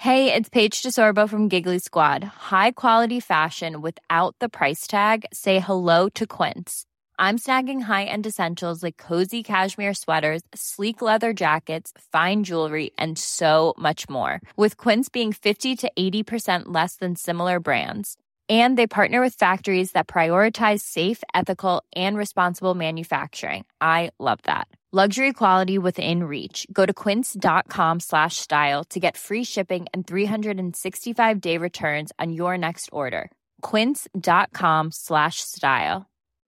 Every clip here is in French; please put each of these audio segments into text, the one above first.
Hey, it's Paige DeSorbo from Giggly Squad. High quality fashion without the price tag. Say hello to Quince. I'm snagging high-end essentials like cozy cashmere sweaters, sleek leather jackets, fine jewelry, and so much more. With Quince being 50 to 80% less than similar brands. And they partner with factories that prioritize safe, ethical, and responsible manufacturing. I love that. Luxury quality within reach. Go to quince.com/style to get free shipping and 365-day returns on your next order. Quince.com/style.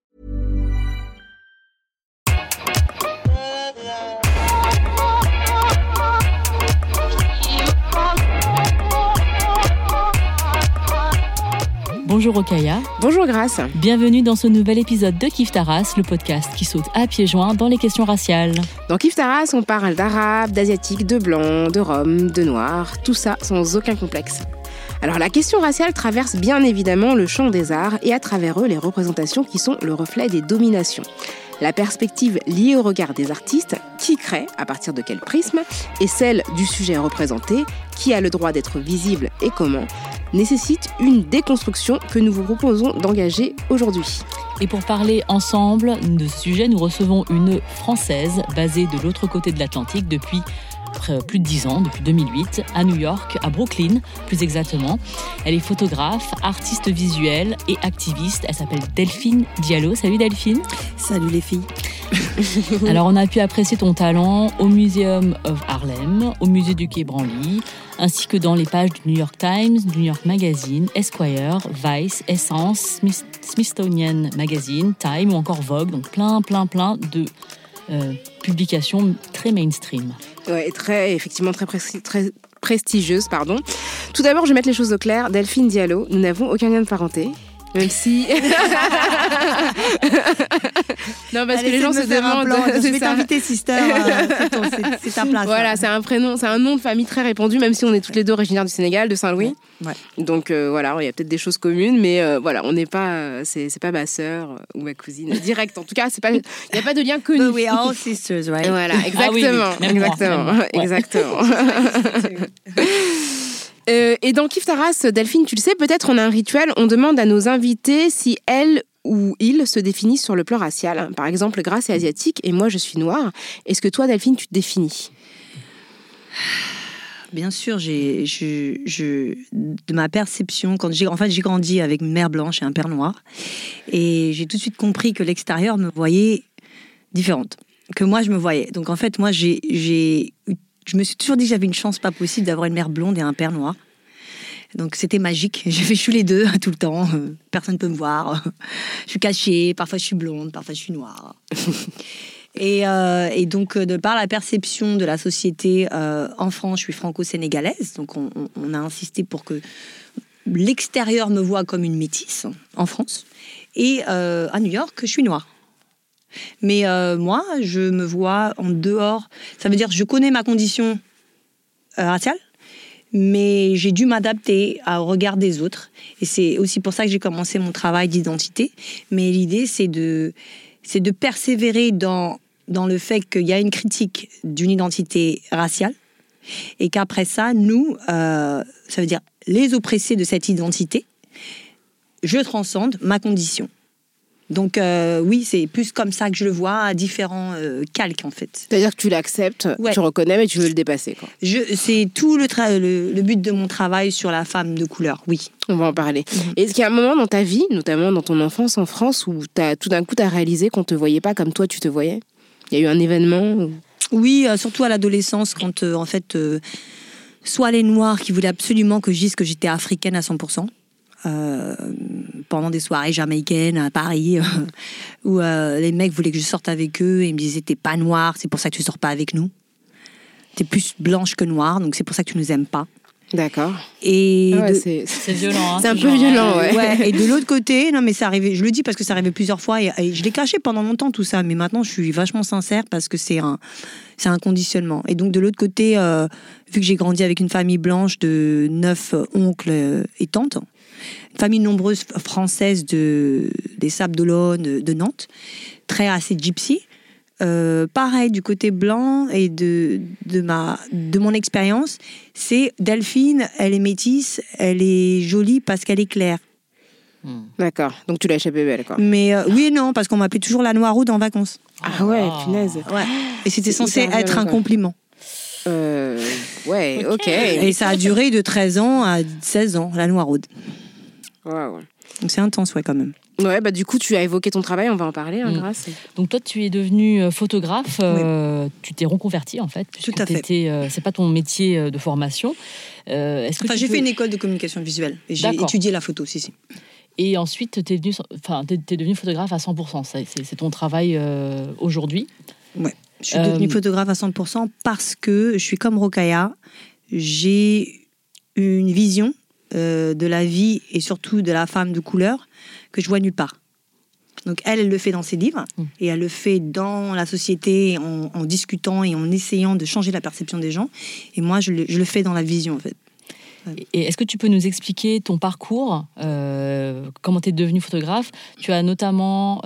Bonjour Rokhaya. Bonjour Grace. Bienvenue dans ce nouvel épisode de Kif Taras, le podcast qui saute à pieds joints dans les questions raciales. Dans Kif Taras, on parle d'arabes, d'asiatiques, de blancs, de roms, de noirs, tout ça sans aucun complexe. Alors la question raciale traverse bien évidemment le champ des arts et à travers eux les représentations qui sont le reflet des dominations. La perspective liée au regard des artistes, qui crée, à partir de quel prisme, et celle du sujet représenté, qui a le droit d'être visible et comment, nécessite une déconstruction que nous vous proposons d'engager aujourd'hui. Et pour parler ensemble de ce sujet, nous recevons une Française basée de l'autre côté de l'Atlantique depuis plus de 10 ans, depuis 2008, à New York, à Brooklyn, plus exactement. Elle est photographe, artiste visuelle et activiste. Elle s'appelle Delphine Diallo. Salut Delphine. Salut les filles. Alors, on a pu apprécier ton talent au Museum of Harlem, au Musée du Quai Branly, ainsi que dans les pages du New York Times, du New York Magazine, Esquire, Vice, Essence, Smithsonian Magazine, Time ou encore Vogue. Donc plein de publications très mainstream. Ouais, très prestigieuse, pardon. Tout d'abord, je vais mettre les choses au clair. Delphine Diallo, nous n'avons aucun lien de parenté. Même si... non, parce que les gens se demandent... Je vais t'inviter, sister. C'est ta place. Voilà, c'est un prénom, c'est un nom de famille très répandu, même si on est toutes les deux originaires du Sénégal, de Saint-Louis. Ouais. Donc voilà, il y a peut-être des choses communes, mais voilà, on n'est pas... c'est pas ma sœur ou ma cousine directe. En tout cas, il n'y a pas de lien connu. We are all sisters, right? Voilà, exactement. Ah oui. Exactement. Et dans Kif Taras, Delphine, tu le sais, peut-être on a un rituel, on demande à nos invités si elles ou ils se définissent sur le plan racial. Par exemple, Grace est asiatique et moi je suis noire. Est-ce que toi, Delphine, tu te définis ? Bien sûr, de ma perception, j'ai grandi avec une mère blanche et un père noir, et j'ai tout de suite compris que l'extérieur me voyait différente, que moi je me voyais. Donc en fait, moi je me suis toujours dit que j'avais une chance pas possible d'avoir une mère blonde et un père noir. Donc c'était magique. J'ai fait les deux tout le temps. Personne ne peut me voir. Je suis cachée. Parfois je suis blonde, parfois je suis noire. Et donc de par la perception de la société en France, je suis franco-sénégalaise. Donc on a insisté pour que l'extérieur me voie comme une métisse en France. Et à New York, je suis noire. Mais moi, je me vois en dehors. Ça veut dire que je connais ma condition raciale, mais j'ai dû m'adapter au regard des autres. Et c'est aussi pour ça que j'ai commencé mon travail d'identité. Mais l'idée, c'est de persévérer dans le fait qu'il y a une critique d'une identité raciale, et qu'après ça, nous, ça veut dire les oppressés de cette identité, je transcende ma condition. Donc oui, c'est plus comme ça que je le vois, à différents calques en fait. C'est-à-dire que tu l'acceptes, ouais. Tu reconnais, mais tu veux le dépasser, quoi. C'est tout le but de mon travail sur la femme de couleur, oui. On va en parler. Est-ce qu'il y a un moment dans ta vie, notamment dans ton enfance en France, où tout d'un coup t'as réalisé qu'on te voyait pas comme toi tu te voyais ? Il y a eu un événement où... Oui, surtout à l'adolescence, quand en fait, soit les Noirs qui voulaient absolument que je dise que j'étais africaine à 100%. Pendant des soirées jamaïcaines à Paris où les mecs voulaient que je sorte avec eux et ils me disaient t'es pas noire, c'est pour ça que tu sors pas avec nous, t'es plus blanche que noire, donc c'est pour ça que tu nous aimes pas. D'accord. Et c'est violent, hein, c'est un peu violent, ouais. Et de l'autre côté, non mais ça arrivait, je le dis parce que ça arrivait plusieurs fois et je l'ai caché pendant longtemps tout ça, mais maintenant je suis vachement sincère parce que c'est un conditionnement. Et donc de l'autre côté, vu que j'ai grandi avec une famille blanche de 9 oncles et tantes, une famille nombreuse française des Sables d'Olonne, de Nantes, très assez gypsy. pareil, du côté blanc et de mon expérience, c'est Delphine, elle est métisse, elle est jolie parce qu'elle est claire. D'accord, donc tu l'as échappé belle, quoi. Mais oui et non, parce qu'on m'appelait toujours la Noiroude en vacances. Ah ouais, punaise. Ouais. Et c'était censé hyper être violent, un quoi. compliment. Ouais, ok. Et ça a duré de 13 ans à 16 ans, la Noiroude. Wow. Donc c'est intense, ouais, quand même. Ouais, bah du coup, tu as évoqué ton travail, on va en parler, Grâce. Donc toi, tu es devenue photographe, tu t'es reconvertie en fait. Tout à fait. C'est pas ton métier de formation. Est-ce que J'ai fait une école de communication visuelle et j'ai étudié la photo, si. Et ensuite, t'es devenue photographe à 100%. C'est ton travail aujourd'hui. Ouais. Je suis devenue photographe à 100% parce que je suis comme Rokhaya. J'ai une vision de la vie et surtout de la femme de couleur que je vois nulle part. Donc elle le fait dans ses livres et elle le fait dans la société en discutant et en essayant de changer la perception des gens. Et moi, je le fais dans la vision, en fait. Et est-ce que tu peux nous expliquer ton parcours, comment tu es devenue photographe? Tu as notamment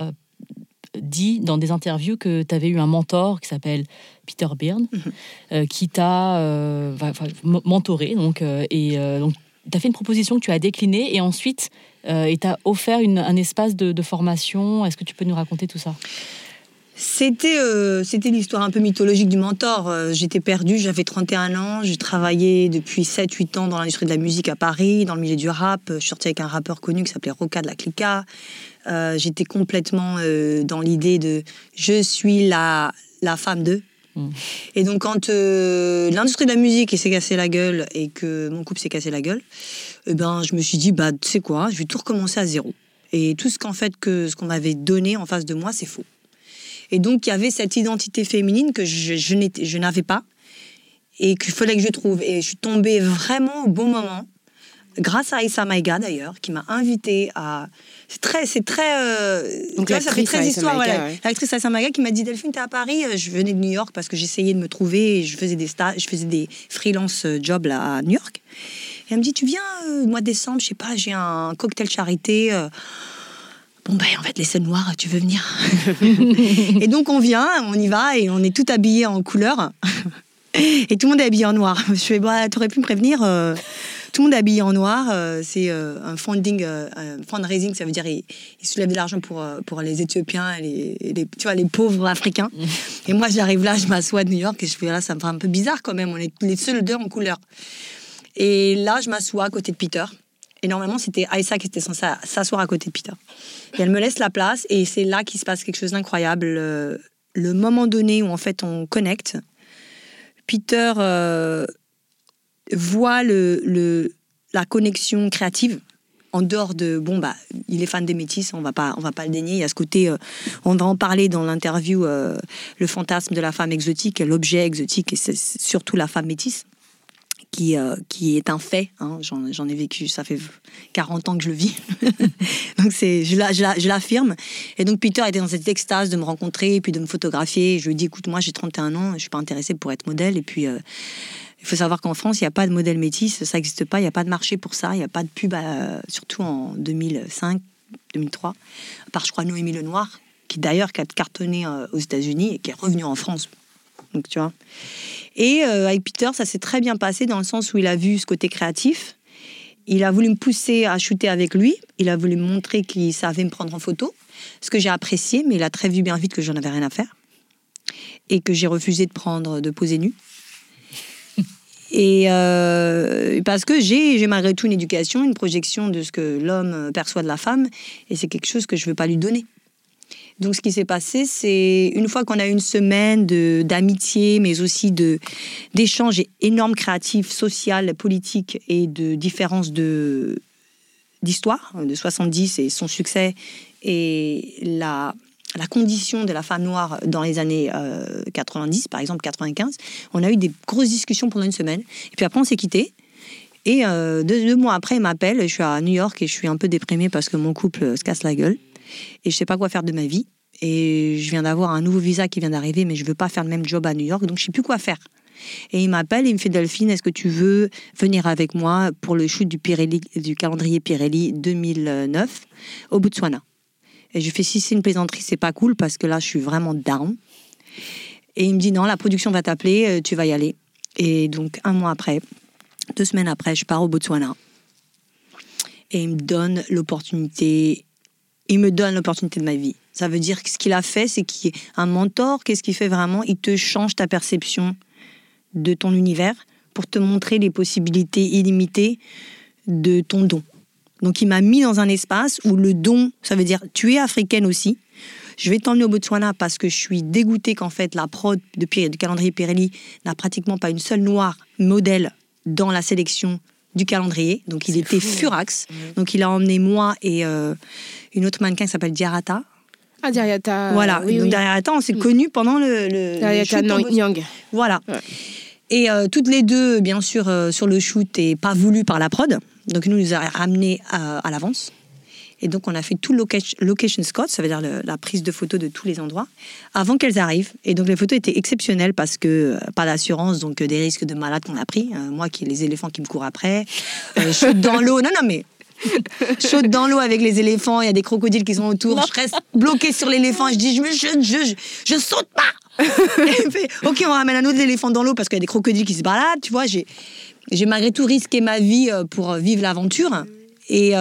dit dans des interviews que tu avais eu un mentor qui s'appelle Peter Byrne, qui t'a mentoré. Donc, tu as fait une proposition que tu as déclinée et ensuite il t'a offert un espace de formation. Est-ce que tu peux nous raconter tout ça? C'était l'histoire un peu mythologique du mentor. J'étais perdue, j'avais 31 ans, j'ai travaillé depuis 7-8 ans dans l'industrie de la musique à Paris, dans le milieu du rap. Je suis sortie avec un rappeur connu qui s'appelait Roka de la Clica. J'étais complètement dans l'idée de « je suis la femme d'eux ». Et donc quand l'industrie de la musique s'est cassée la gueule et que mon couple s'est cassé la gueule, je me suis dit, tu sais quoi, je vais tout recommencer à zéro. Et tout ce qu'on m'avait donné en face de moi, c'est faux. Et donc, il y avait cette identité féminine que je n'avais pas et qu'il fallait que je trouve. Et je suis tombée vraiment au bon moment, grâce à Aïssa Maïga d'ailleurs, qui m'a invitée à... C'est très donc ça fait très histoire. Voilà. Ouais. L'actrice Aïssa Maïga qui m'a dit, Delphine, t'es à Paris. Je venais de New York parce que j'essayais de me trouver et je faisais des stages, je faisais des freelance jobs là, à New York. Et elle me dit, tu viens au mois de décembre, je sais pas, j'ai un cocktail charité... Bon, on va te laisser noir, tu veux venir? Et donc, on vient, on y va, et on est tout habillés en couleur. Et tout le monde est habillé en noir. Je fais, t'aurais pu me prévenir. Tout le monde est habillé en noir. C'est un fundraising, ça veut dire ils soulèvent de l'argent pour les Éthiopiens, tu vois, les pauvres Africains. Et moi, j'arrive là, je m'assois à New York, et je fais, là, ça me fait un peu bizarre quand même. On est les seuls deux en couleur. Et là, je m'assois à côté de Peter. Et normalement, c'était Aïssa qui était censée s'asseoir à côté de Peter. Et elle me laisse la place, et c'est là qu'il se passe quelque chose d'incroyable. Le moment donné où, en fait, on connecte, Peter voit la connexion créative, en dehors de... il est fan des métis, on va pas le dénier. Il y a ce côté... on va en parler dans l'interview, le fantasme de la femme exotique, l'objet exotique, et c'est surtout la femme métisse. Qui est un fait, hein. J'en ai vécu, ça fait 40 ans que je le vis. Donc je l'affirme. Et donc Peter était dans cette extase de me rencontrer et puis de me photographier. Je lui ai dit, écoute, moi j'ai 31 ans, je suis pas intéressée pour être modèle. Et puis, il faut savoir qu'en France, il n'y a pas de modèle métis, ça n'existe pas, il n'y a pas de marché pour ça, il n'y a pas de pub, surtout en 2005, 2003, à part, je crois, Noémie Lenoir, qui d'ailleurs a cartonné aux États-Unis et qui est revenue en France. Donc, tu vois. Et avec Peter, ça s'est très bien passé dans le sens où il a vu ce côté créatif. Il a voulu me pousser à shooter avec lui. Il a voulu me montrer qu'il savait me prendre en photo. Ce que j'ai apprécié, mais il a très vu bien vite que j'en avais rien à faire. Et que j'ai refusé de poser nue. Et parce que j'ai malgré tout une éducation, une projection de ce que l'homme perçoit de la femme. Et c'est quelque chose que je ne veux pas lui donner. Donc, ce qui s'est passé, c'est une fois qu'on a eu une semaine d'amitié, mais aussi d'échanges énormes créatifs, sociaux, politiques et de différences d'histoire, de 70 et son succès et la condition de la femme noire dans les années 90, par exemple 95, on a eu des grosses discussions pendant une semaine. Et puis après, on s'est quittés. Et 2 mois après, il m'appelle, je suis à New York et je suis un peu déprimée parce que mon couple se casse la gueule. Et je ne sais pas quoi faire de ma vie. Et je viens d'avoir un nouveau visa qui vient d'arriver, mais je ne veux pas faire le même job à New York, donc je ne sais plus quoi faire. Et il m'appelle et il me fait, Delphine, est-ce que tu veux venir avec moi pour le shoot du calendrier Pirelli 2009 au Botswana? Et je fais, si c'est une plaisanterie, c'est pas cool, parce que là, je suis vraiment down. Et il me dit, non, la production va t'appeler, tu vas y aller. Et donc, 2 semaines après, je pars au Botswana. Et il me donne l'opportunité de ma vie. Ça veut dire que ce qu'il a fait, c'est qu'il est un mentor. Qu'est-ce qu'il fait vraiment? Il te change ta perception de ton univers pour te montrer les possibilités illimitées de ton don. Donc, il m'a mis dans un espace où le don, ça veut dire tu es africaine aussi. Je vais t'emmener au Botswana parce que je suis dégoûtée qu'en fait, la prod du calendrier Pirelli n'a pratiquement pas une seule noire modèle dans la sélection du calendrier. Donc, il était furax. Donc, il a emmené moi et une autre mannequin qui s'appelle Diarata. Ah, Diarata. Voilà. Oui, donc, Diarata, on s'est connus pendant le Diarata Nyang. Voilà. Ouais. Et toutes les deux, bien sûr, sur le shoot et pas voulu par la prod. Donc, il nous a ramenés à l'avance. Et donc, on a fait tout location scout, ça veut dire la prise de photos de tous les endroits, avant qu'elles arrivent. Et donc, les photos étaient exceptionnelles parce que pas d'assurance, donc des risques de malade qu'on a pris. Moi, qui ai les éléphants qui me courent après. Saute dans l'eau. Non, mais saute dans l'eau avec les éléphants. Il y a des crocodiles qui sont autour. Non. Je reste bloquée sur l'éléphant. Et je dis, je saute pas. Et il fait, ok, on ramène un autre éléphant dans l'eau parce qu'il y a des crocodiles qui se baladent. Tu vois, j'ai malgré tout risqué ma vie pour vivre l'aventure. Et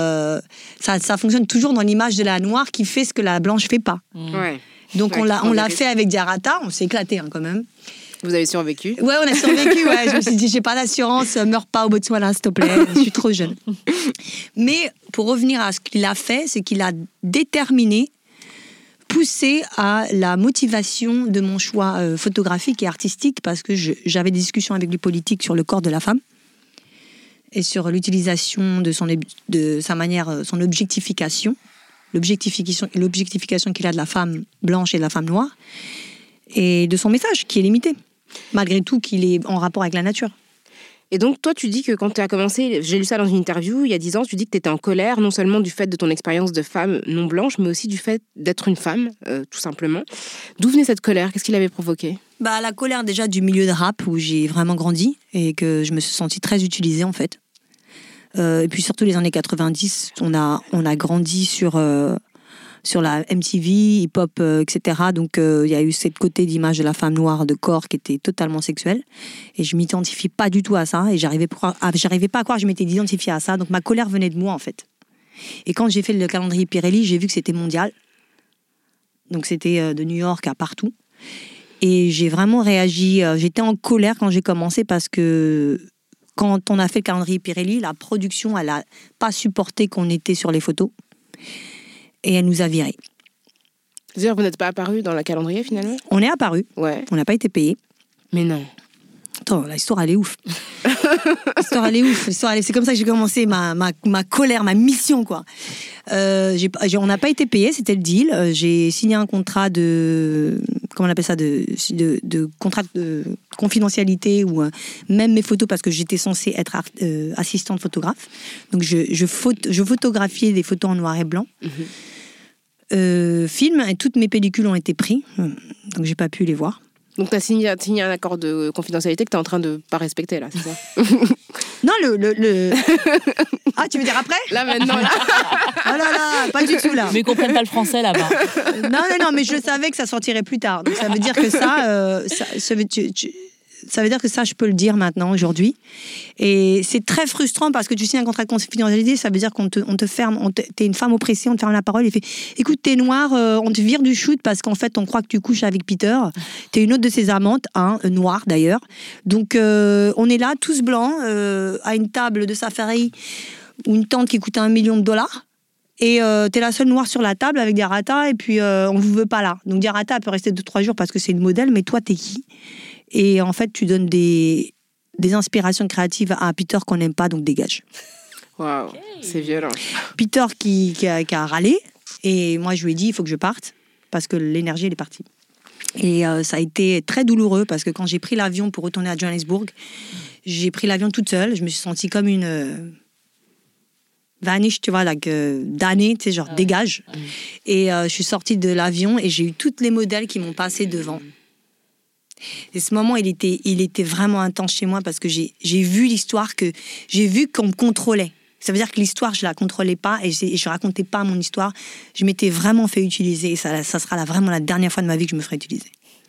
ça fonctionne toujours dans l'image de la noire qui fait ce que la blanche fait pas. Ouais. Donc on l'a fait avec Diarata, on s'est éclaté quand même. Vous avez survécu? Ouais, on a survécu. Ouais. Je me suis dit, j'ai pas d'assurance, meurs pas au Botswana, s'il te plaît. Je suis trop jeune. Mais pour revenir à ce qu'il a fait, c'est qu'il a déterminé, poussé à la motivation de mon choix photographique et artistique, parce que j'avais des discussions avec lui politiques sur le corps de la femme. Et sur l'utilisation de sa manière, son objectification, l'objectification qu'il a de la femme blanche et de la femme noire, et de son message qui est limité, malgré tout qu'il est en rapport avec la nature. Et donc, toi, tu dis que quand tu as commencé, j'ai lu ça dans une interview, il y a 10 ans, tu dis que tu étais en colère, non seulement du fait de ton expérience de femme non blanche, mais aussi du fait d'être une femme, tout simplement. D'où venait cette colère? Qu'est-ce qui l'avait provoquée? La colère déjà du milieu de rap où j'ai vraiment grandi et que je me suis sentie très utilisée en fait. Et puis surtout les années 90, on a grandi sur la MTV, hip-hop, etc. Donc il y a eu cette côté d'image de la femme noire de corps qui était totalement sexuelle. Et je m'identifie pas du tout à ça. Et j'arrivais pas à croire que je m'étais identifiée à ça. Donc ma colère venait de moi en fait. Et quand j'ai fait le calendrier Pirelli, j'ai vu que c'était mondial. Donc c'était de New York à partout. Et j'ai vraiment réagi. J'étais en colère quand j'ai commencé parce que quand on a fait le calendrier Pirelli, la production, elle n'a pas supporté qu'on était sur les photos. Et elle nous a virés. C'est-à-dire que vous n'êtes pas apparu dans le calendrier finalement? On est apparu. Ouais. On n'a pas été payé. Mais non. Attends, l'histoire, elle est ouf. C'est comme ça que j'ai commencé ma colère, ma mission, quoi. On n'a pas été payé, c'était le deal. J'ai signé un contrat comment on appelle ça, de contrat de confidentialité ou même mes photos parce que j'étais censée être assistante photographe. Donc je photographiais des photos en noir et blanc. Film, et toutes mes pellicules ont été prises. Donc j'ai pas pu les voir. Donc, tu as signé un accord de confidentialité que tu es en train de pas respecter, là, c'est ça? Non, Ah, tu veux dire après? Là, maintenant, là. Oh là là, pas du tout, là. Mais ils comprennent pas le français, là-bas. Non, mais je savais que ça sortirait plus tard. Donc, ça veut dire que ça veut dire que ça, je peux le dire maintenant, aujourd'hui. Et c'est très frustrant parce que tu signes un contrat de confidentialité, ça veut dire qu'on te ferme, t'es une femme oppressée, on te ferme la parole et fait « Écoute, t'es noire, on te vire du shoot parce qu'en fait, on croit que tu couches avec Peter. T'es une autre de ses amantes, noire d'ailleurs. Donc, on est là, tous blancs, à une table de safari ou une tente qui coûte $1 million. Et t'es la seule noire sur la table avec Diarata et puis on vous veut pas là. Donc Diarata peut rester 2-3 jours parce que c'est une modèle, mais toi, t'es qui ? Et en fait, tu donnes des inspirations créatives à Peter qu'on n'aime pas, donc dégage. Waouh, c'est violent. Peter qui a râlé, et moi je lui ai dit il faut que je parte, parce que l'énergie elle est partie. Et ça a été très douloureux, parce que quand j'ai pris l'avion pour retourner à Johannesburg, j'ai pris l'avion toute seule, je me suis sentie comme une... vanish, tu vois, damnée, tu sais, genre dégage. Et je suis sortie de l'avion et j'ai eu toutes les modèles qui m'ont passé devant. Et ce moment, il était vraiment intense chez moi parce que j'ai vu l'histoire, j'ai vu qu'on me contrôlait. Ça veut dire que l'histoire, je la contrôlais pas et je racontais pas mon histoire. Je m'étais vraiment fait utiliser et ça sera vraiment la dernière fois de ma vie que je me ferai utiliser.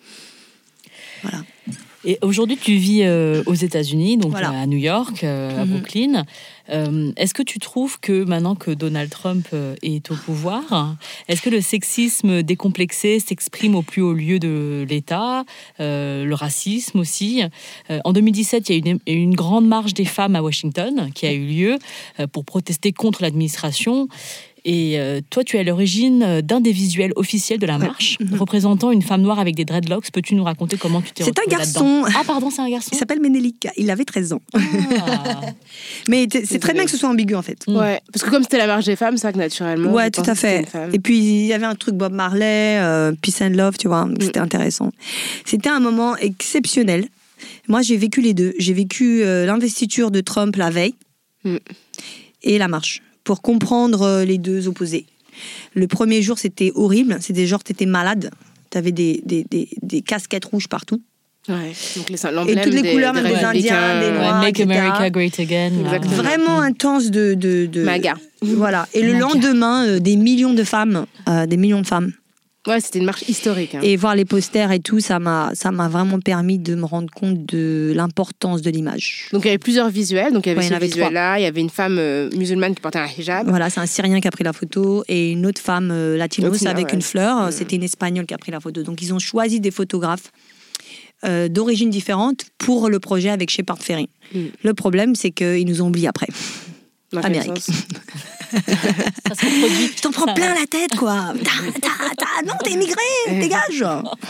Voilà. Et aujourd'hui, tu vis aux États-Unis, donc Voilà. à New York, à Brooklyn. Est-ce que tu trouves que maintenant que Donald Trump est au pouvoir, est-ce que le sexisme décomplexé s'exprime au plus haut lieu de l'État, le racisme aussi? En 2017, il y a eu une grande marche des femmes à Washington qui a eu lieu pour protester contre l'administration. Et toi, tu es à l'origine d'un des visuels officiels de la marche, représentant une femme noire avec des dreadlocks. Peux-tu nous raconter comment tu t'es retrouvée C'est un là-dedans? garçon. Ah, pardon, c'est un garçon. Il s'appelle Menelik. Il avait 13 ans. Ah. Mais c'est très bien que ce soit ambigu, en fait. Ouais, parce que comme c'était la marche des femmes, c'est vrai que naturellement. Ouais, je tout pensais à que c'était fait. une femme. Et puis, il y avait un truc Bob Marley, Peace and Love, tu vois. Donc, c'était intéressant. C'était un moment exceptionnel. Moi, j'ai vécu les deux. J'ai vécu l'investiture de Trump la veille et la marche, pour comprendre les deux opposés. Le premier jour, c'était horrible. C'était genre, t'étais malade. T'avais des casquettes rouges partout. Ouais, donc Et toutes les couleurs, même des Indiens, des Noirs, Make etc. America Great Again. Exactement. Vraiment intense de... MAGA. Voilà. Et le MAGA. lendemain, des millions de femmes. Ouais, c'était une marche historique. Hein. Et voir les posters et tout, ça m'a vraiment permis de me rendre compte de l'importance de l'image. Donc il y avait plusieurs visuels. Donc il y avait Ouais, il y en ce avait visuel-là, il y avait une femme musulmane qui portait un hijab. Voilà, c'est un Syrien qui a pris la photo et une autre femme latino Latina, avec ouais. une fleur. C'était une Espagnole qui a pris la photo. Donc ils ont choisi des photographes d'origines différentes pour le projet avec Shepard Fairey. Le problème, c'est qu'ils nous ont oubliés après. Dans quel Amérique. sens? Ça se reproduit. Je t'en prends plein la tête, quoi. Non, t'es immigré, dégage.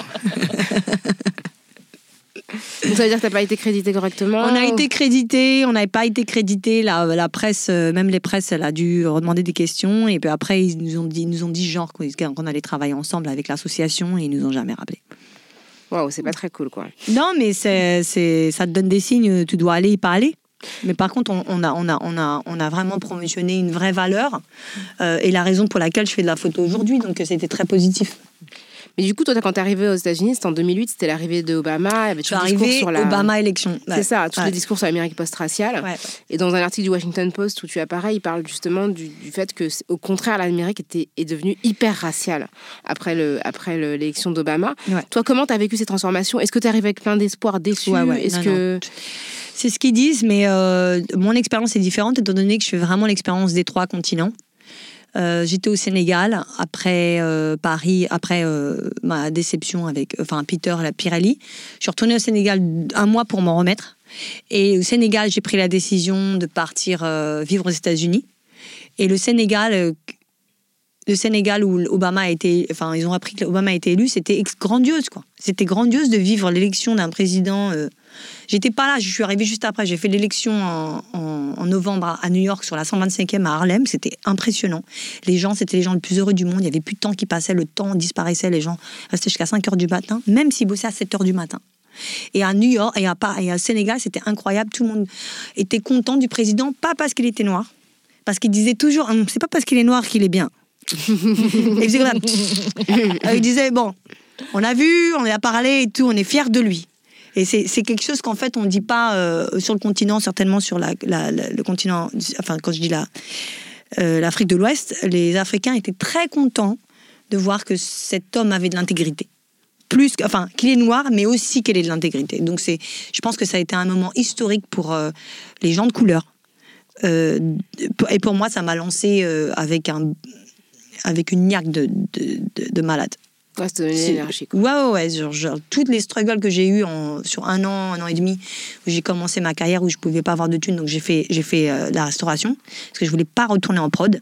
Donc ça veut dire que t'as pas été crédité correctement? On a été crédité, on n'avait pas été crédité. La presse, même les presses, elle a dû redemander des questions. Et puis après, ils nous ont dit genre qu'on allait travailler ensemble avec l'association et ils nous ont jamais rappelé. Waouh, c'est pas très cool, quoi. Non, mais ça te donne des signes. Tu dois aller y parler. Mais par contre, on a vraiment promotionné une vraie valeur et la raison pour laquelle je fais de la photo aujourd'hui. Donc c'était très positif. Mais du coup, toi, quand t'es arrivé aux États-Unis, c'était en 2008, c'était l'arrivée d'Obama. Il y avait tout Je suis le discours arrivée, sur la... Obama élection. C'est ça, tout le discours sur l'Amérique post-raciale. Ouais. Et dans un article du Washington Post où tu apparais, il parle justement du fait que, au contraire, l'Amérique est devenue hyper raciale après l'élection d'Obama. Ouais. Toi, comment t'as vécu ces transformations? Est-ce que t'es arrivé avec plein d'espoir, déçu? Ouais. Est-ce Non, que... non. C'est ce qu'ils disent, mais mon expérience est différente étant donné que je fais vraiment l'expérience des 3 continents. J'étais au Sénégal après Paris, après ma déception avec Peter Pirelli. Je suis retournée au Sénégal 1 mois pour m'en remettre. Et au Sénégal, j'ai pris la décision de partir vivre aux États-Unis. Et le Sénégal où Obama a été, ils ont appris que Obama a été élu, c'était grandiose, quoi. C'était grandiose de vivre l'élection d'un président. J'étais pas là, je suis arrivée juste après. J'ai fait l'élection en novembre à New York sur la 125e à Harlem. C'était impressionnant. C'était les gens les plus heureux du monde. Il y avait plus de temps qui passait, le temps disparaissait, les gens restaient jusqu'à 5h du matin, même s'ils bossaient à 7h du matin. Et à New York et à Sénégal, c'était incroyable. Tout le monde était content du président, pas parce qu'il était noir, parce qu'il disait toujours, c'est pas parce qu'il est noir qu'il est bien. Et il faisait comme ça. Il disait, bon, on a vu, on a parlé et tout, on est fiers de lui. Et c'est quelque chose qu'en fait, on ne dit pas sur le continent, certainement sur le continent, quand je dis l'Afrique de l'Ouest, les Africains étaient très contents de voir que cet homme avait de l'intégrité. Qu'il est noir, mais aussi qu'il ait de l'intégrité. Donc je pense que ça a été un moment historique pour les gens de couleur. Et pour moi, ça m'a lancé avec une niaque de malade. Ouais, ça te donnait l'énergie, quoi. Ouais. Genre, toutes les struggles que j'ai eues sur un an et demi, où j'ai commencé ma carrière, où je ne pouvais pas avoir de thunes, donc j'ai fait la restauration, parce que je ne voulais pas retourner en prod.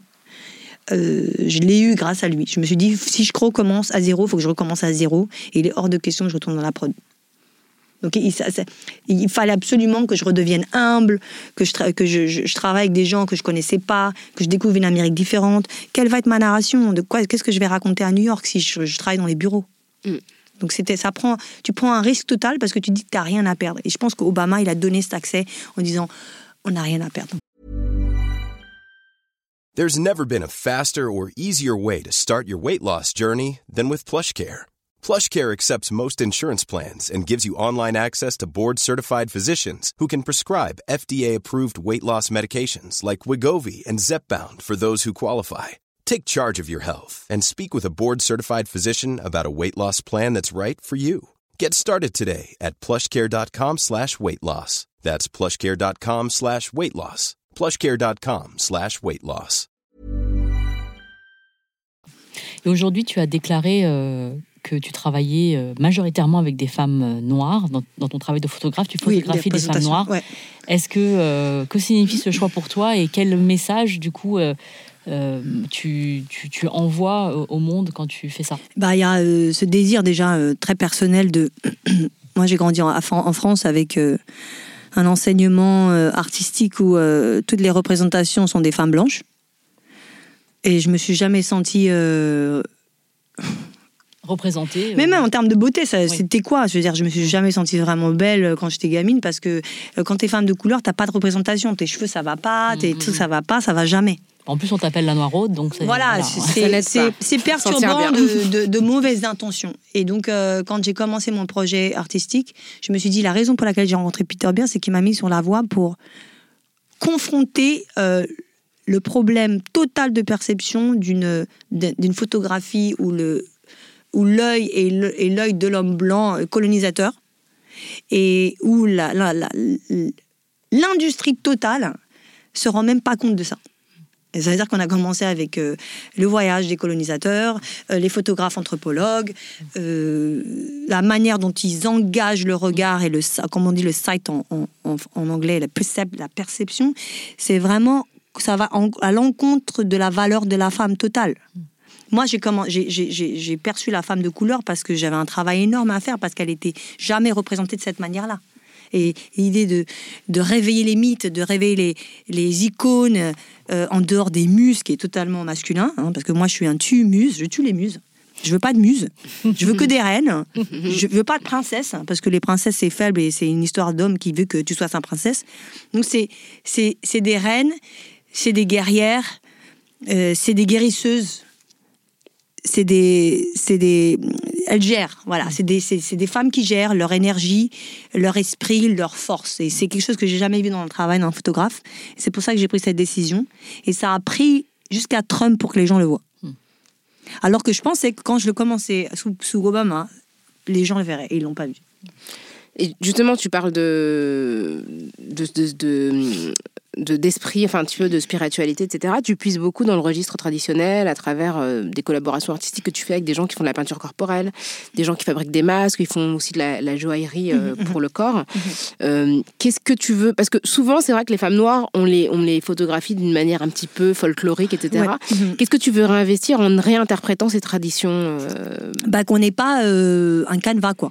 Je l'ai eu grâce à lui. Je me suis dit, si je recommence à zéro, il faut que je recommence à zéro, et il est hors de question que je retourne dans la prod. Donc il fallait absolument que je redevienne humble, que je travaille avec des gens que je connaissais pas, que je découvre une Amérique différente. Quelle va être ma narration? Qu'est-ce que je vais raconter à New York si je travaille dans les bureaux? Donc tu prends un risque total parce que tu dis que tu n'as rien à perdre. Et je pense qu'Obama, il a donné cet accès en disant on n'a rien à perdre. There's never been a faster or easier way to start your weight loss journey than with PlushCare. PlushCare accepts most insurance plans and gives you online access to board-certified physicians who can prescribe FDA-approved weight loss medications like Wegovy and Zepbound for those who qualify. Take charge of your health and speak with a board-certified physician about a weight loss plan that's right for you. Get started today at plushcare.com/weight-loss. That's plushcare.com/weight-loss. plushcare.com/weight-loss. Et aujourd'hui, tu as déclaré que tu travaillais majoritairement avec des femmes noires. Dans ton travail de photographe, tu photographies des femmes noires. Ouais. Est-ce que signifie ce choix pour toi et quel message, du coup, tu envoies au monde quand tu fais ça? Il y a ce désir déjà très personnel de... Moi, j'ai grandi en France avec un enseignement artistique où toutes les représentations sont des femmes blanches. Et je me suis jamais sentie... représentée. Mais même en termes de beauté, c'était quoi? Je veux dire, je me suis jamais sentie vraiment belle quand j'étais gamine parce que quand t'es femme de couleur, t'as pas de représentation. Tes cheveux, ça va pas, tout ça va pas, ça va jamais. En plus, on t'appelle la noiraude, donc c'est perturbant de mauvaises intentions. Et donc, quand j'ai commencé mon projet artistique, je me suis dit, la raison pour laquelle j'ai rencontré Peter Beard, c'est qu'il m'a mis sur la voie pour confronter le problème total de perception d'une photographie où l'œil est l'œil de l'homme blanc colonisateur et où l'industrie totale se rend même pas compte de ça. Et ça veut dire qu'on a commencé avec le voyage des colonisateurs, les photographes anthropologues, la manière dont ils engagent le regard et comme on dit le sight en anglais, la perception, c'est vraiment, ça va à l'encontre de la valeur de la femme totale. Moi, j'ai perçu la femme de couleur parce que j'avais un travail énorme à faire, parce qu'elle n'était jamais représentée de cette manière-là. Et l'idée de réveiller les mythes, de réveiller les icônes en dehors des muses, qui est totalement masculin, parce que moi, je suis un tue-muse, je tue les muses. Je veux pas de muses, je veux que des reines, je veux pas de princesses, parce que les princesses, c'est faible et c'est une histoire d'homme qui veut que tu sois sa princesse. Donc, c'est des reines, c'est des guerrières, c'est des guérisseuses. Elles gèrent, voilà. C'est des femmes qui gèrent leur énergie, leur esprit, leur force. Et c'est quelque chose que j'ai jamais vu dans le travail d'un photographe. C'est pour ça que j'ai pris cette décision. Et ça a pris jusqu'à Trump pour que les gens le voient. Alors que je pensais que quand je le commençais sous Obama, les gens le verraient et ils l'ont pas vu. Et justement, tu parles d'esprit, enfin un petit peu de spiritualité, etc. Tu puises beaucoup dans le registre traditionnel à travers des collaborations artistiques que tu fais avec des gens qui font de la peinture corporelle, des gens qui fabriquent des masques, qui font aussi de la joaillerie pour le corps. Qu'est-ce que tu veux? Parce que souvent, c'est vrai que les femmes noires, on les photographie d'une manière un petit peu folklorique, etc. Ouais. Qu'est-ce que tu veux réinvestir en réinterprétant ces traditions qu'on n'ait pas un canevas, quoi.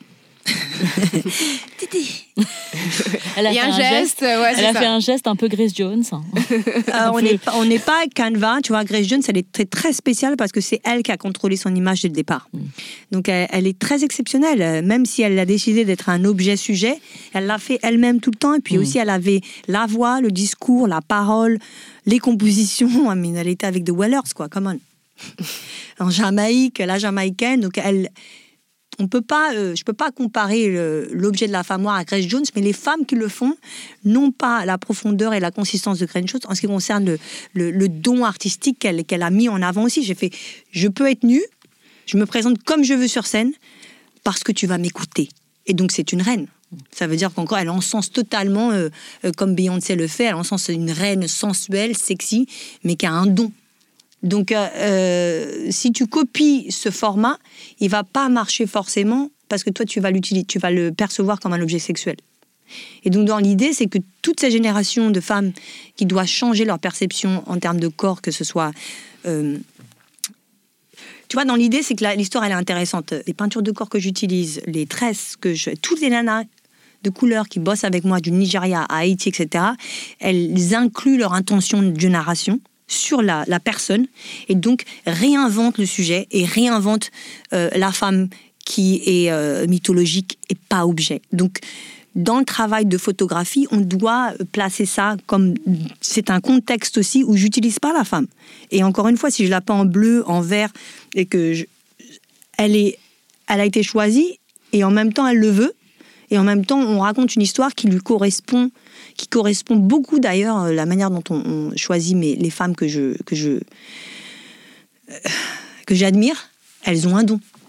Elle a fait un geste un peu Grace Jones. On n'est pas Canva, tu vois. Grace Jones, elle est très, très spéciale parce que c'est elle qui a contrôlé son image dès le départ. Donc elle est très exceptionnelle, même si elle a décidé d'être un objet-sujet, elle l'a fait elle-même tout le temps. Et puis aussi, elle avait la voix, le discours, la parole, les compositions. Elle était avec The Wellers, quoi. Come on. En Jamaïque, la Jamaïcaine. Donc je peux pas comparer l'objet de la femme noire à Grace Jones, mais les femmes qui le font n'ont pas la profondeur et la consistance de Grace Jones en ce qui concerne le don artistique qu'elle a mis en avant aussi. Je peux être nue, je me présente comme je veux sur scène, parce que tu vas m'écouter. Et donc c'est une reine. Ça veut dire qu'encore, elle encense totalement, comme Beyoncé le fait, elle encense une reine sensuelle, sexy, mais qui a un don. Donc, si tu copies ce format, il va pas marcher forcément parce que toi, tu vas le percevoir comme un objet sexuel. Et donc, dans l'idée, c'est que toute cette génération de femmes qui doivent changer leur perception en termes de corps, que ce soit... tu vois, dans l'idée, c'est que l'histoire, elle est intéressante. Les peintures de corps que j'utilise, les tresses toutes les nanas de couleur qui bossent avec moi, du Nigeria à Haïti, etc., elles incluent leur intention de narration sur la personne, et donc réinvente le sujet et réinvente la femme qui est mythologique et pas objet. Donc, dans le travail de photographie, on doit placer ça comme... C'est un contexte aussi où j'utilise pas la femme. Et encore une fois, si je la peins en bleu, en vert, et que elle a été choisie, et en même temps, elle le veut, et en même temps, on raconte une histoire qui lui correspond, qui correspond beaucoup d'ailleurs la manière dont on choisit les femmes que j'admire. Elles ont un don.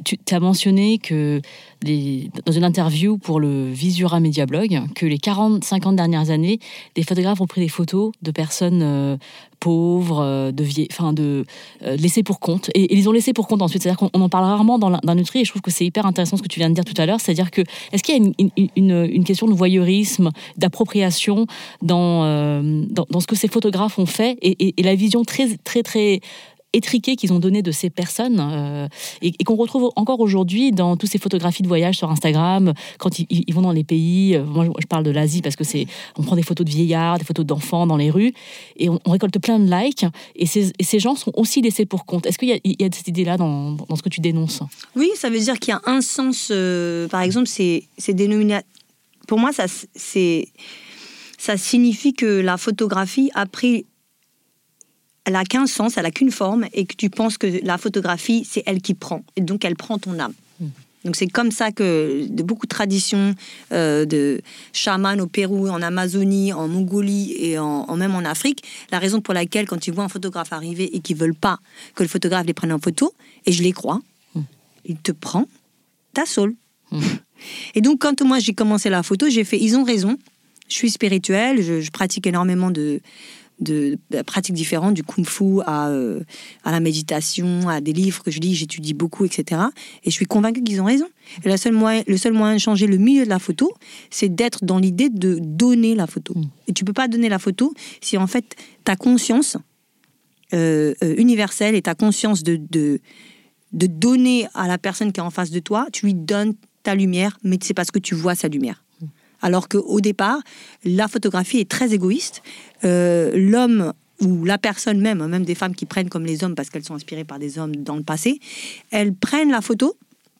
tu as mentionné que dans une interview pour le Visura Media Blog, que les 40-50 dernières années, des photographes ont pris des photos de personnes pauvres, laissées pour compte. Et ils ont laissé pour compte ensuite. C'est-à-dire qu'on en parle rarement dans l'industrie, et je trouve que c'est hyper intéressant ce que tu viens de dire tout à l'heure. C'est-à-dire que, est-ce qu'il y a une question de voyeurisme, d'appropriation dans ce que ces photographes ont fait et la vision très, très, très étriquée qu'ils ont donnée de ces personnes et qu'on retrouve encore aujourd'hui dans toutes ces photographies de voyage sur Instagram, quand ils vont dans les pays. Moi, je parle de l'Asie parce que on prend des photos de vieillards, des photos d'enfants dans les rues et on récolte plein de likes et ces gens sont aussi laissés pour compte. Est-ce qu'il y a cette idée-là dans ce que tu dénonces ? Oui, ça veut dire qu'il y a un sens. Par exemple, c'est dénominateur. Pour moi, ça signifie que la photographie elle n'a qu'un sens, elle n'a qu'une forme, et que tu penses que la photographie, c'est elle qui prend. Et donc, elle prend ton âme. Donc, c'est comme ça que de beaucoup de traditions de chamans au Pérou, en Amazonie, en Mongolie et même en Afrique, la raison pour laquelle, quand tu vois un photographe arriver et qu'ils ne veulent pas que le photographe les prenne en photo, et je les crois, il te prend ta soul. Et donc, quand moi, j'ai commencé la photo, j'ai fait, ils ont raison, je suis spirituelle, je pratique énormément de pratiques différentes, du kung-fu à la méditation, à des livres que je lis, j'étudie beaucoup, etc. Et je suis convaincue qu'ils ont raison. Et le seul moyen de changer le milieu de la photo, c'est d'être dans l'idée de donner la photo. Et tu peux pas donner la photo si en fait ta conscience universelle et ta conscience de donner à la personne qui est en face de toi, tu lui donnes ta lumière, mais c'est parce que tu vois sa lumière. Alors qu'au départ, la photographie est très égoïste. L'homme ou la personne même des femmes qui prennent comme les hommes parce qu'elles sont inspirées par des hommes dans le passé, elles prennent la photo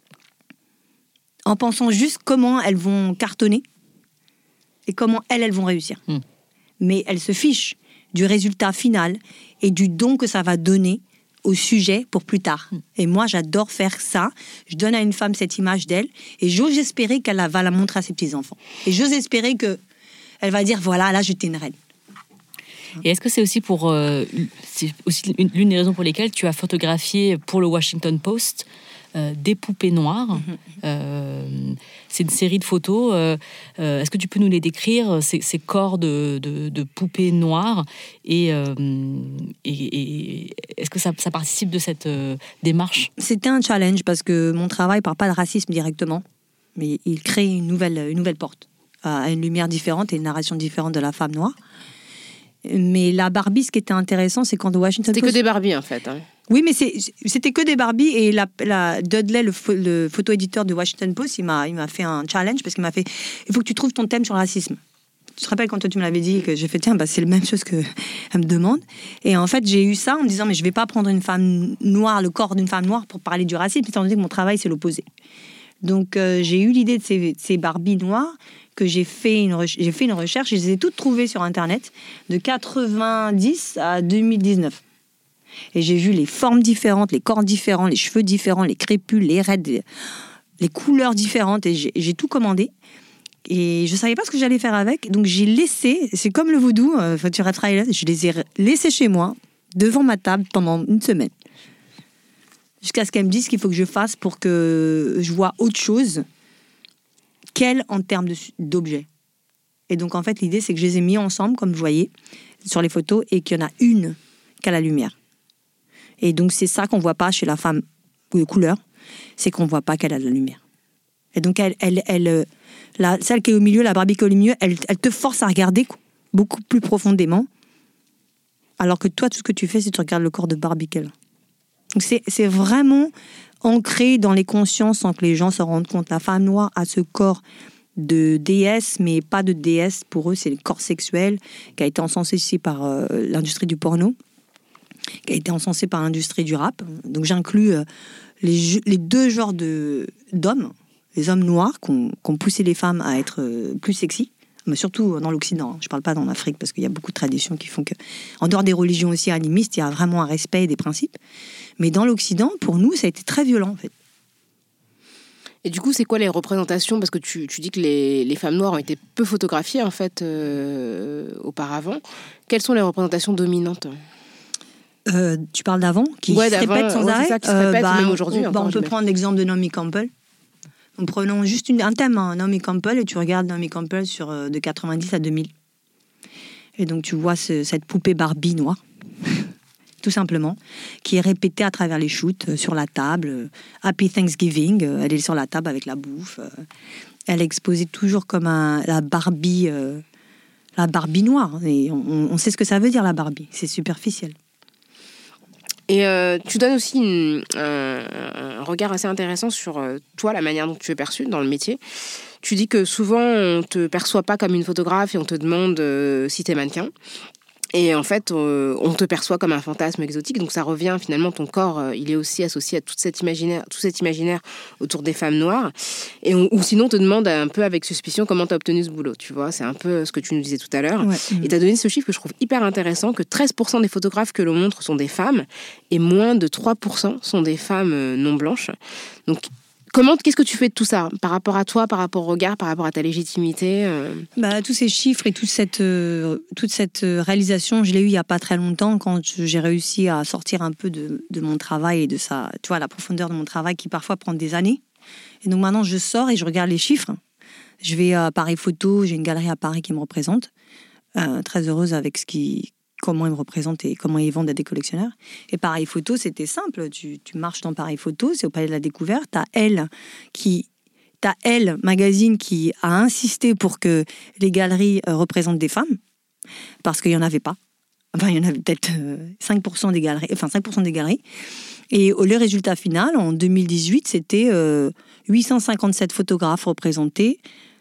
en pensant juste comment elles vont cartonner et comment elles vont réussir. Mais elles se fichent du résultat final et du don que ça va donner au sujet pour plus tard. Et moi, j'adore faire ça. Je donne à une femme cette image d'elle et j'ose espérer qu'elle va la montrer à ses petits-enfants. Et j'ose espérer qu'elle va dire, voilà, là, j'étais une reine. Et est-ce que c'est aussi c'est aussi l'une des raisons pour lesquelles tu as photographié pour le Washington Post des poupées noires. C'est une série de photos. Est-ce que tu peux nous les décrire, ces corps de poupées noires et est-ce que ça participe de cette démarche ? C'était un challenge parce que mon travail ne parle pas de racisme directement, mais il crée une nouvelle porte à une lumière différente et une narration différente de la femme noire. Mais la Barbie, ce qui était intéressant, c'est quand Washington Post... C'était que des Barbies, en fait. Hein. Oui, mais c'était que des Barbies. Et Dudley, le photo-éditeur de Washington Post, il m'a fait un challenge parce qu'il m'a fait « Il faut que tu trouves ton thème sur le racisme ». Tu te rappelles quand toi, tu me l'avais dit, que j'ai fait « Tiens, c'est la même chose qu'elle me demande ». Et en fait, j'ai eu ça en me disant « Mais je ne vais pas prendre une femme noire, le corps d'une femme noire pour parler du racisme, étant donné que mon travail, c'est l'opposé ». Donc, j'ai eu l'idée de ces Barbies noires que j'ai fait une recherche, je les ai toutes trouvées sur Internet, de 90 à 2019. Et j'ai vu les formes différentes, les corps différents, les cheveux différents, les crépules, les raides, les couleurs différentes, et j'ai tout commandé. Et je ne savais pas ce que j'allais faire avec, donc j'ai laissé, c'est comme le vaudou, tu retravailles là, je les ai laissés chez moi, devant ma table, pendant une semaine. Jusqu'à ce qu'elle me dise ce qu'il faut que je fasse pour que je vois autre chose qu'elle en termes d'objets. Et donc, en fait, l'idée, c'est que je les ai mis ensemble, comme vous voyez, sur les photos, et qu'il y en a une qui a la lumière. Et donc, c'est ça qu'on ne voit pas chez la femme de couleur, c'est qu'on ne voit pas qu'elle a de la lumière. Et donc, celle qui est au milieu, la Barbie qui est au milieu, elle te force à regarder beaucoup plus profondément, alors que toi, tout ce que tu fais, c'est que tu regardes le corps de Barbie qu'elle a. Donc, c'est vraiment ancré dans les consciences sans que les gens se rendent compte. La femme noire a ce corps de déesse, mais pas de déesse. Pour eux, c'est le corps sexuel qui a été encensé ici par l'industrie du porno, qui a été encensé par l'industrie du rap. Donc j'inclus les deux genres d'hommes, les hommes noirs qui ont poussé les femmes à être plus sexy, mais surtout dans l'Occident. Je ne parle pas dans l'Afrique parce qu'il y a beaucoup de traditions qui font que, en dehors des religions aussi animistes, il y a vraiment un respect des principes. Mais dans l'Occident, pour nous, ça a été très violent, en fait. Et du coup, c'est quoi les représentations ? Parce que tu dis que les femmes noires ont été peu photographiées, en fait, auparavant. Quelles sont les représentations dominantes ? Tu parles d'avant, qui se répète sans arrêt. C'est ça qui se répète, même aujourd'hui. On peut prendre l'exemple de Naomi Campbell. En prenant juste un thème, Naomi Campbell, et tu regardes Naomi Campbell de 90 à 2000. Et donc tu vois cette poupée Barbie noire, tout simplement, qui est répétée à travers les shoots, sur la table. Happy Thanksgiving, elle est sur la table avec la bouffe. Elle est exposée toujours comme la Barbie noire. Et on sait ce que ça veut dire, la Barbie. C'est superficiel. Et tu donnes aussi un regard assez intéressant sur toi, la manière dont tu es perçue dans le métier. Tu dis que souvent, on ne te perçoit pas comme une photographe et on te demande si tu es mannequin. Et en fait, on te perçoit comme un fantasme exotique. Donc ça revient finalement, ton corps, il est aussi associé à tout cet imaginaire autour des femmes noires. Ou sinon, on te demande un peu avec suspicion comment tu as obtenu ce boulot. Tu vois, c'est un peu ce que tu nous disais tout à l'heure. Ouais. Et tu as donné ce chiffre que je trouve hyper intéressant, que 13% des photographes que l'on montre sont des femmes et moins de 3% sont des femmes non blanches. Donc, qu'est-ce que tu fais de tout ça par rapport à toi, par rapport au regard, par rapport à ta légitimité Tous ces chiffres et toute cette réalisation, je l'ai eu il n'y a pas très longtemps quand j'ai réussi à sortir un peu de mon travail et de la profondeur de mon travail qui parfois prend des années. Et donc maintenant, je sors et je regarde les chiffres. Je vais à Paris Photo, j'ai une galerie à Paris qui me représente. Très heureuse avec comment ils me représentent et comment ils vendent à des collectionneurs. Et Paris Photo, c'était simple. Tu marches dans Paris Photo, c'est au Palais de la Découverte. T'as Elle Magazine qui a insisté pour que les galeries représentent des femmes, parce qu'il n'y en avait pas. Enfin, il y en avait peut-être 5% des galeries. Enfin, 5% des galeries. Et le résultat final, en 2018, c'était 857 photographes représentés,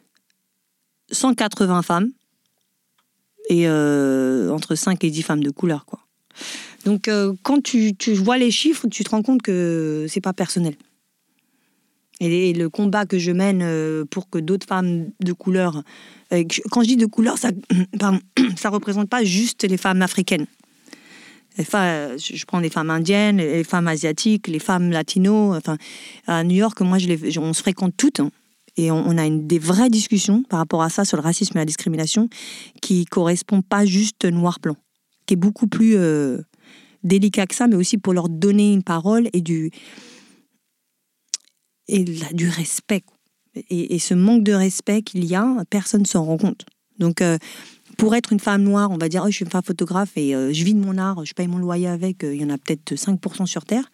180 femmes, et entre 5 et 10 femmes de couleur, quoi. Donc, quand tu vois les chiffres, tu te rends compte que c'est pas personnel. Et le combat que je mène pour que d'autres femmes de couleur... quand je dis de couleur, ça représente pas juste les femmes africaines. Je prends les femmes indiennes, les femmes asiatiques, les femmes latino. Enfin, à New York, moi, on se fréquente toutes, hein. Et on a des vraies discussions par rapport à ça, sur le racisme et la discrimination, qui ne correspond pas juste noir-blanc, qui est beaucoup plus délicat que ça, mais aussi pour leur donner une parole et du respect. Et ce manque de respect qu'il y a, personne ne s'en rend compte. Donc, pour être une femme noire, on va dire, je suis une femme photographe et je vis de mon art, je paye mon loyer avec, il y en a peut-être 5% sur Terre.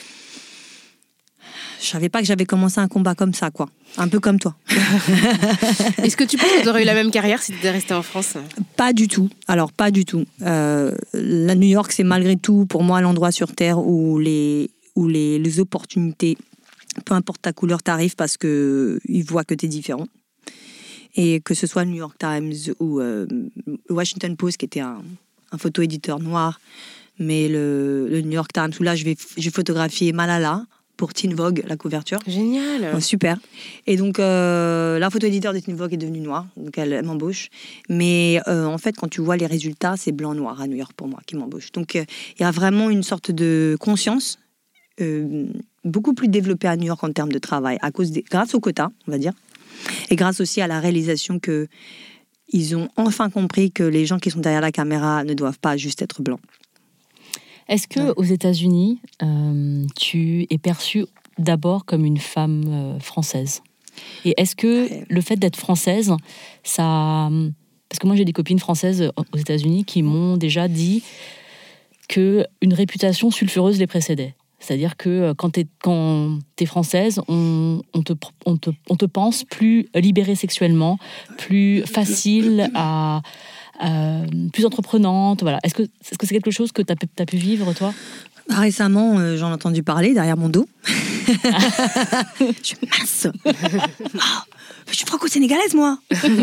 Je savais pas que j'avais commencé un combat comme ça, quoi. Un peu comme toi. Est-ce que tu penses que tu aurais eu la même carrière si tu étais restée en France ? Pas du tout. Alors, pas du tout. La New York, c'est malgré tout, pour moi, l'endroit sur Terre où les opportunités, peu importe ta couleur, t'arrivent parce qu'ils voient que t'es différent. Et que ce soit le New York Times ou le Washington Post, qui était un photo-éditeur noir, mais le New York Times, où là, j'ai photographié Malala, pour Teen Vogue, la couverture. Génial. Ouais, super. Et donc, la photo-éditeur de Teen Vogue est devenue noire, donc elle m'embauche. Mais en fait, quand tu vois les résultats, c'est blanc-noir à New York pour moi qui m'embauche. Donc, il y a vraiment une sorte de conscience beaucoup plus développée à New York en termes de travail, grâce aux quotas, on va dire, et grâce aussi à la réalisation qu'ils ont enfin compris que les gens qui sont derrière la caméra ne doivent pas juste être blancs. Est-ce que aux États-Unis, tu es perçue d'abord comme une femme française ? Et est-ce que le fait d'être française, ça... Parce que moi, j'ai des copines françaises aux États-Unis qui m'ont déjà dit qu'une réputation sulfureuse les précédait. C'est-à-dire que quand t'es française, on te pense plus libérée sexuellement, plus facile à... plus entreprenante, voilà. Est-ce que c'est quelque chose que tu as pu vivre, toi ? Récemment, j'en ai entendu parler derrière mon dos. Je suis mince. Je suis franco-sénégalaise, moi.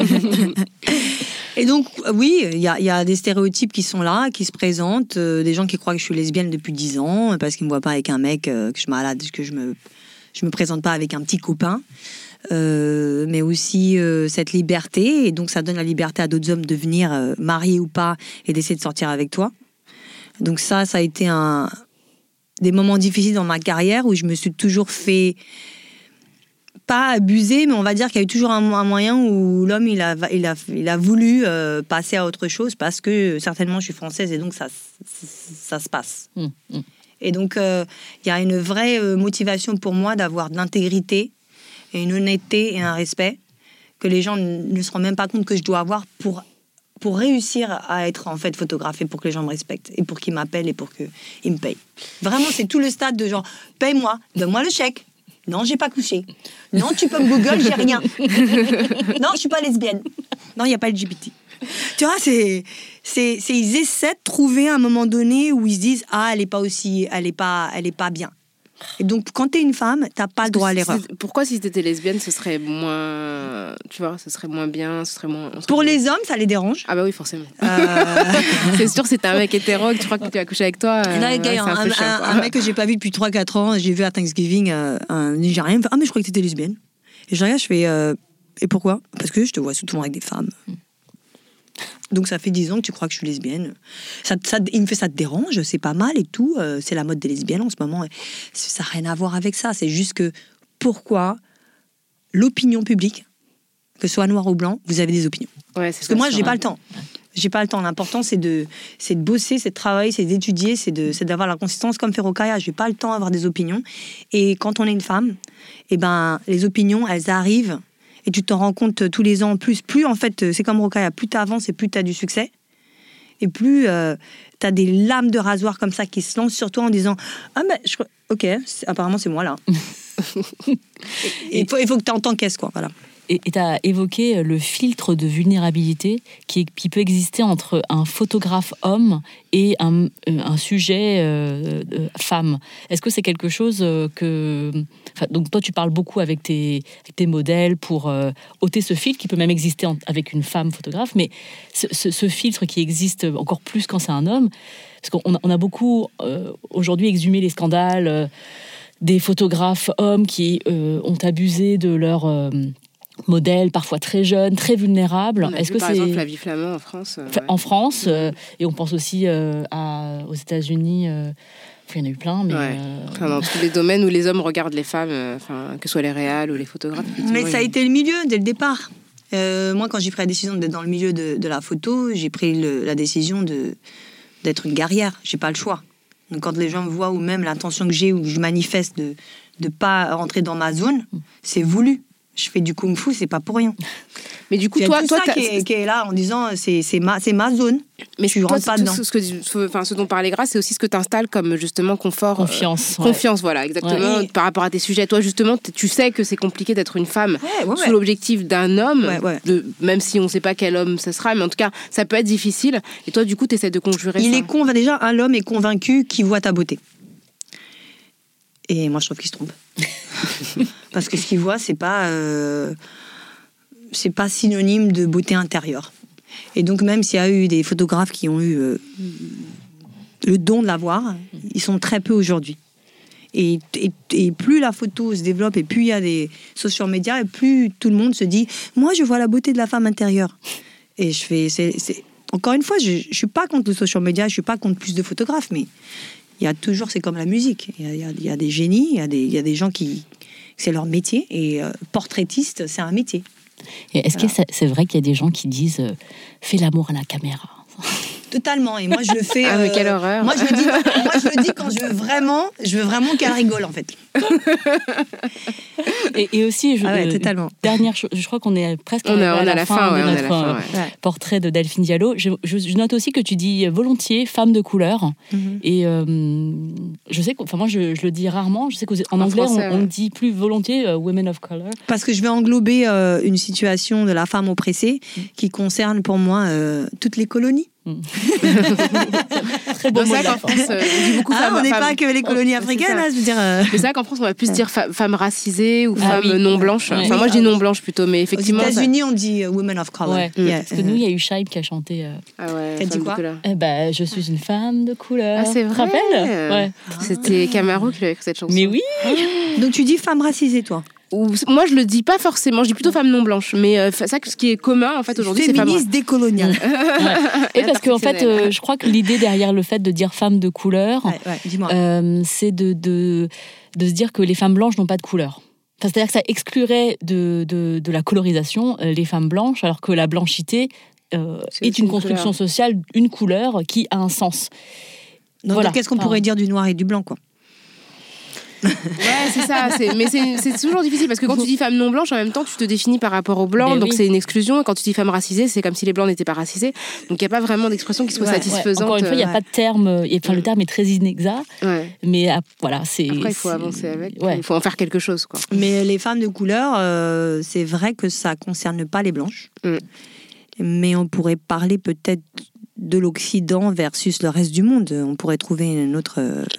Et donc, oui, il y a des stéréotypes qui sont là, qui se présentent. Des gens qui croient que je suis lesbienne depuis 10 ans, parce qu'ils ne me voient pas avec un mec, que je suis malade, que je me présente pas avec un petit copain. Mais aussi cette liberté, et donc ça donne la liberté à d'autres hommes de venir, mariés ou pas, et d'essayer de sortir avec toi. Donc ça a été des moments difficiles dans ma carrière où je me suis toujours fait, pas abusé, mais on va dire qu'il y a eu toujours un moyen où l'homme il a voulu passer à autre chose parce que certainement je suis française et donc ça se passe. Et donc il y a une vraie motivation pour moi d'avoir de l'intégrité et une honnêteté et un respect que les gens ne se rendent même pas compte que je dois avoir pour réussir à être en fait photographe et pour que les gens me respectent et pour qu'ils m'appellent et pour qu'ils me payent. Vraiment, c'est tout le stade de genre, paye-moi, donne-moi le chèque. Non, j'ai pas couché. Non, tu peux me Google, j'ai rien. Non, je suis pas lesbienne. Non, il n'y a pas LGBT. Tu vois, ils essaient de trouver un moment donné où ils se disent, ah, elle est pas bien. Et donc, quand t'es une femme, t'as pas le droit à l'erreur. Pourquoi, si t'étais lesbienne, ce serait moins... Tu vois, ce serait moins bien, ce serait moins... Pour les hommes, ça les dérange. Ah bah oui, forcément. C'est sûr, si t'es un mec hétéro et que tu crois que tu vas coucher avec toi... Là, c'est un peu chiant, un mec que j'ai pas vu depuis 3-4 ans, j'ai vu à Thanksgiving un Nigérien, il me fait « Ah, mais je croyais que t'étais lesbienne. » Et je regarde, je fais « Et pourquoi ?»« Parce que je te vois souvent avec des femmes. » Donc ça fait 10 ans que tu crois que je suis lesbienne. Il me fait ça te dérange, c'est pas mal et tout. C'est la mode des lesbiennes en ce moment. Ça n'a rien à voir avec ça. C'est juste que pourquoi l'opinion publique, que ce soit noir ou blanc, vous avez des opinions. Ouais, parce que moi, j'ai pas le temps. J'ai pas le temps. L'important, c'est de bosser, c'est de travailler, c'est d'étudier, c'est d'avoir la consistance comme fait Rokhaya. J'ai pas le temps d'avoir des opinions. Et quand on est une femme, les opinions, elles arrivent. Et tu t'en rends compte tous les ans plus en fait, c'est comme Rokhaya, plus t'avances et plus t'as du succès. Et plus t'as des lames de rasoir comme ça qui se lancent sur toi en disant « Ah, mais ok, apparemment c'est moi là. » Il faut que t'encaisses, quoi, voilà. Et tu as évoqué le filtre de vulnérabilité qui peut exister entre un photographe homme et un sujet femme. Est-ce que c'est quelque chose que... Enfin, donc toi, tu parles beaucoup avec tes modèles pour ôter ce filtre qui peut même exister avec une femme photographe, mais ce filtre qui existe encore plus quand c'est un homme, parce qu'on a beaucoup aujourd'hui exhumé les scandales des photographes hommes qui ont abusé de leur... modèles parfois très jeunes, très vulnérables. Est-ce que par exemple Flavie Flament en France En France, et on pense aussi aux États-Unis. Il y en a eu plein, mais... Ouais. Dans tous les domaines où les hommes regardent les femmes, que ce soit les réals ou les photographes. Mais ça a été le milieu dès le départ. Moi, quand j'ai pris la décision d'être dans le milieu de la photo, j'ai pris la décision d'être une guerrière. J'ai pas le choix. Donc quand les gens me voient, ou même l'intention que j'ai, ou que je manifeste de pas rentrer dans ma zone, c'est voulu. Je fais du kung-fu, c'est pas pour rien. Mais du coup, toi, qui est là en disant c'est ma zone. Mais tu rentres pas dedans. Ce dont parlait Grace, c'est aussi ce que tu installes comme justement confort, confiance. Confiance, voilà, exactement. Ouais. Par rapport à tes sujets, toi justement, tu sais que c'est compliqué d'être une femme sous l'objectif d'un homme, même si on sait pas quel homme ce sera, mais en tout cas, ça peut être difficile. Et toi, du coup, tu essaies de conjurer ça. Déjà, l'homme est convaincu qu'il voit ta beauté. Et moi, je trouve qu'il se trompe. Parce que ce qu'il voit, c'est pas synonyme de beauté intérieure. Et donc, même s'il y a eu des photographes qui ont eu le don de la voir, ils sont très peu aujourd'hui. Et plus la photo se développe et plus il y a des social médias, et plus tout le monde se dit « Moi, je vois la beauté de la femme intérieure. » Et je fais... Encore une fois, je suis pas contre le social media, je suis pas contre plus de photographes, mais il y a toujours... C'est comme la musique. Il y a des génies, il y a des gens qui... C'est leur métier, et portraitiste, c'est un métier. Et est-ce que c'est vrai qu'il y a des gens qui disent fais l'amour à la caméra? Totalement, et moi je le fais. Ah mais quelle horreur! Moi je le dis quand je veux vraiment qu'elle rigole en fait. Et aussi, totalement. Dernière chose, je crois qu'on est presque à la fin de notre portrait de Delphine Diallo. Je note aussi que tu dis volontiers femme de couleur. Et je sais que, moi je le dis rarement. Je sais qu'en anglais français, on dit plus volontiers women of color. Parce que je vais englober une situation de la femme oppressée qui concerne pour moi toutes les colonies. Très beau mot. C'est vrai qu'en France, on dit beaucoup on n'est pas que les colonies africaines, je veux dire. Mais c'est vrai qu'en France, on va plus dire femme racisée ou femme non blanche. Ouais. Enfin, moi, je dis non blanche plutôt, mais effectivement. Aux États-Unis, on dit women of color. Ouais. Parce que nous, il y a eu Shaib qui a chanté. T'as dit quoi? Je suis une femme de couleur. Ah, c'est vrai. Tu te rappelles? Ouais. C'était Camaro qui avait écrit cette chanson. Mais oui. Donc tu dis femme racisée, toi? Moi, je le dis pas forcément. Je dis plutôt femme non blanche, mais ça, ce qui est commun en fait aujourd'hui, c'est féministe décoloniale. Et parce qu'en fait, je crois que l'idée derrière le fait de dire femme de couleur, dis-moi. c'est de se dire que les femmes blanches n'ont pas de couleur. c'est-à-dire que ça exclurait de la colorisation les femmes blanches, alors que la blanchité est une construction sociale, une couleur qui a un sens. Donc, qu'est-ce qu'on pourrait dire du noir et du blanc, quoi? Ouais, c'est ça. Mais c'est toujours difficile parce que quand tu dis femme non blanche, en même temps, tu te définis par rapport aux blancs, donc c'est une exclusion. Et quand tu dis femme racisée, c'est comme si les blancs n'étaient pas racisés. Donc il n'y a pas vraiment d'expression qui soit satisfaisante. Encore une fois, il n'y a pas de terme. Le terme est très inexact. Ouais. Mais voilà, c'est. Après, il faut avancer avec. Ouais. Il faut en faire quelque chose, quoi. Mais les femmes de couleur, c'est vrai que ça ne concerne pas les blanches. Mais on pourrait parler peut-être de l'Occident versus le reste du monde. On pourrait trouver une autre.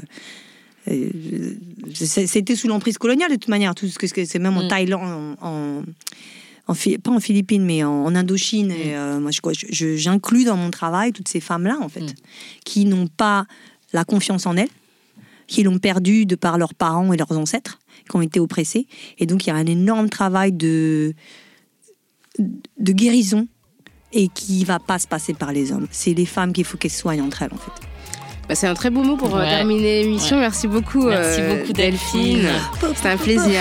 C'était sous l'emprise coloniale de toute manière, tout ce que c'est, même en Thaïlande, pas en Philippines, mais en Indochine. Et, moi, j'inclus dans mon travail toutes ces femmes-là, en fait, qui n'ont pas la confiance en elles, qui l'ont perdue de par leurs parents et leurs ancêtres, qui ont été oppressés. Et donc, il y a un énorme travail de guérison et qui ne va pas se passer par les hommes. C'est les femmes qu'il faut qu'elles soignent entre elles, en fait. C'est un très beau mot pour terminer l'émission. Merci beaucoup Delphine. C'était un plaisir.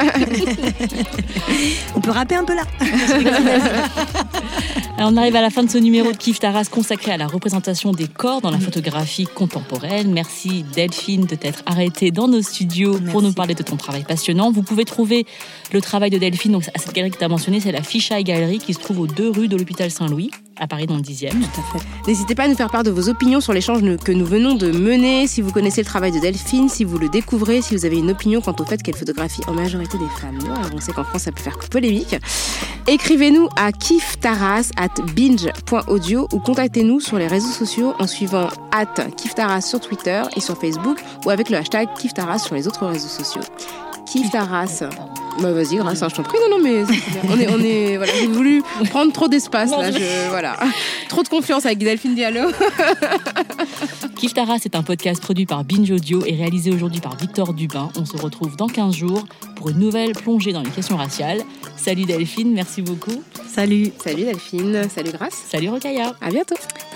On peut rapper un peu là. Alors, on arrive à la fin de ce numéro de Kif Taras consacré à la représentation des corps dans la photographie contemporaine. Merci Delphine de t'être arrêtée dans nos studios pour nous parler de ton travail passionnant. Vous pouvez trouver le travail de Delphine donc, à cette galerie que tu as mentionnée, c'est la Fisheye Gallery qui se trouve aux 2 rues de l'hôpital Saint-Louis, à Paris dans le 10e. Tout à fait. N'hésitez pas à nous faire part de vos opinions sur l'échange que nous venons de mener. Si vous connaissez le travail de Delphine, si vous le découvrez, si vous avez une opinion quant au fait qu'elle photographie en majorité des femmes noires, on sait qu'en France ça peut faire polémique, écrivez-nous à kiftaras@binge.audio ou contactez-nous sur les réseaux sociaux en suivant @kiftaras sur Twitter et sur Facebook ou avec le hashtag kiftaras sur les autres réseaux sociaux. Kiftaras. Bah vas-y, grâce, je t'en prie. Non, mais on est voilà, j'ai voulu prendre trop d'espace là, voilà. Trop de confiance avec Delphine Diallo. Kif Taras est un podcast produit par Binge Audio et réalisé aujourd'hui par Victor Dubin. On se retrouve dans 15 jours pour une nouvelle plongée dans les questions raciales. Salut Delphine, merci beaucoup. Salut Delphine, salut Grace. Salut Rokhaya. À bientôt.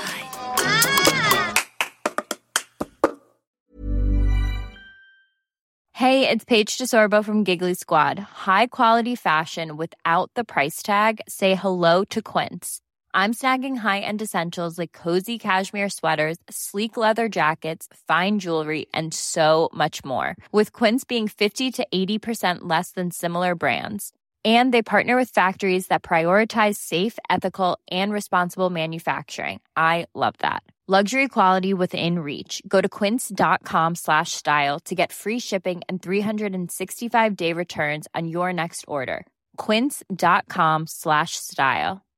Hey, it's Paige DeSorbo from Giggly Squad. High quality fashion without the price tag. Say hello to Quince. I'm snagging high-end essentials like cozy cashmere sweaters, sleek leather jackets, fine jewelry, and so much more. With Quince being 50 to 80% less than similar brands. And they partner with factories that prioritize safe, ethical, and responsible manufacturing. I love that. Luxury quality within reach. Go to quince.com/style to get free shipping and 365-day returns on your next order. Quince.com/style.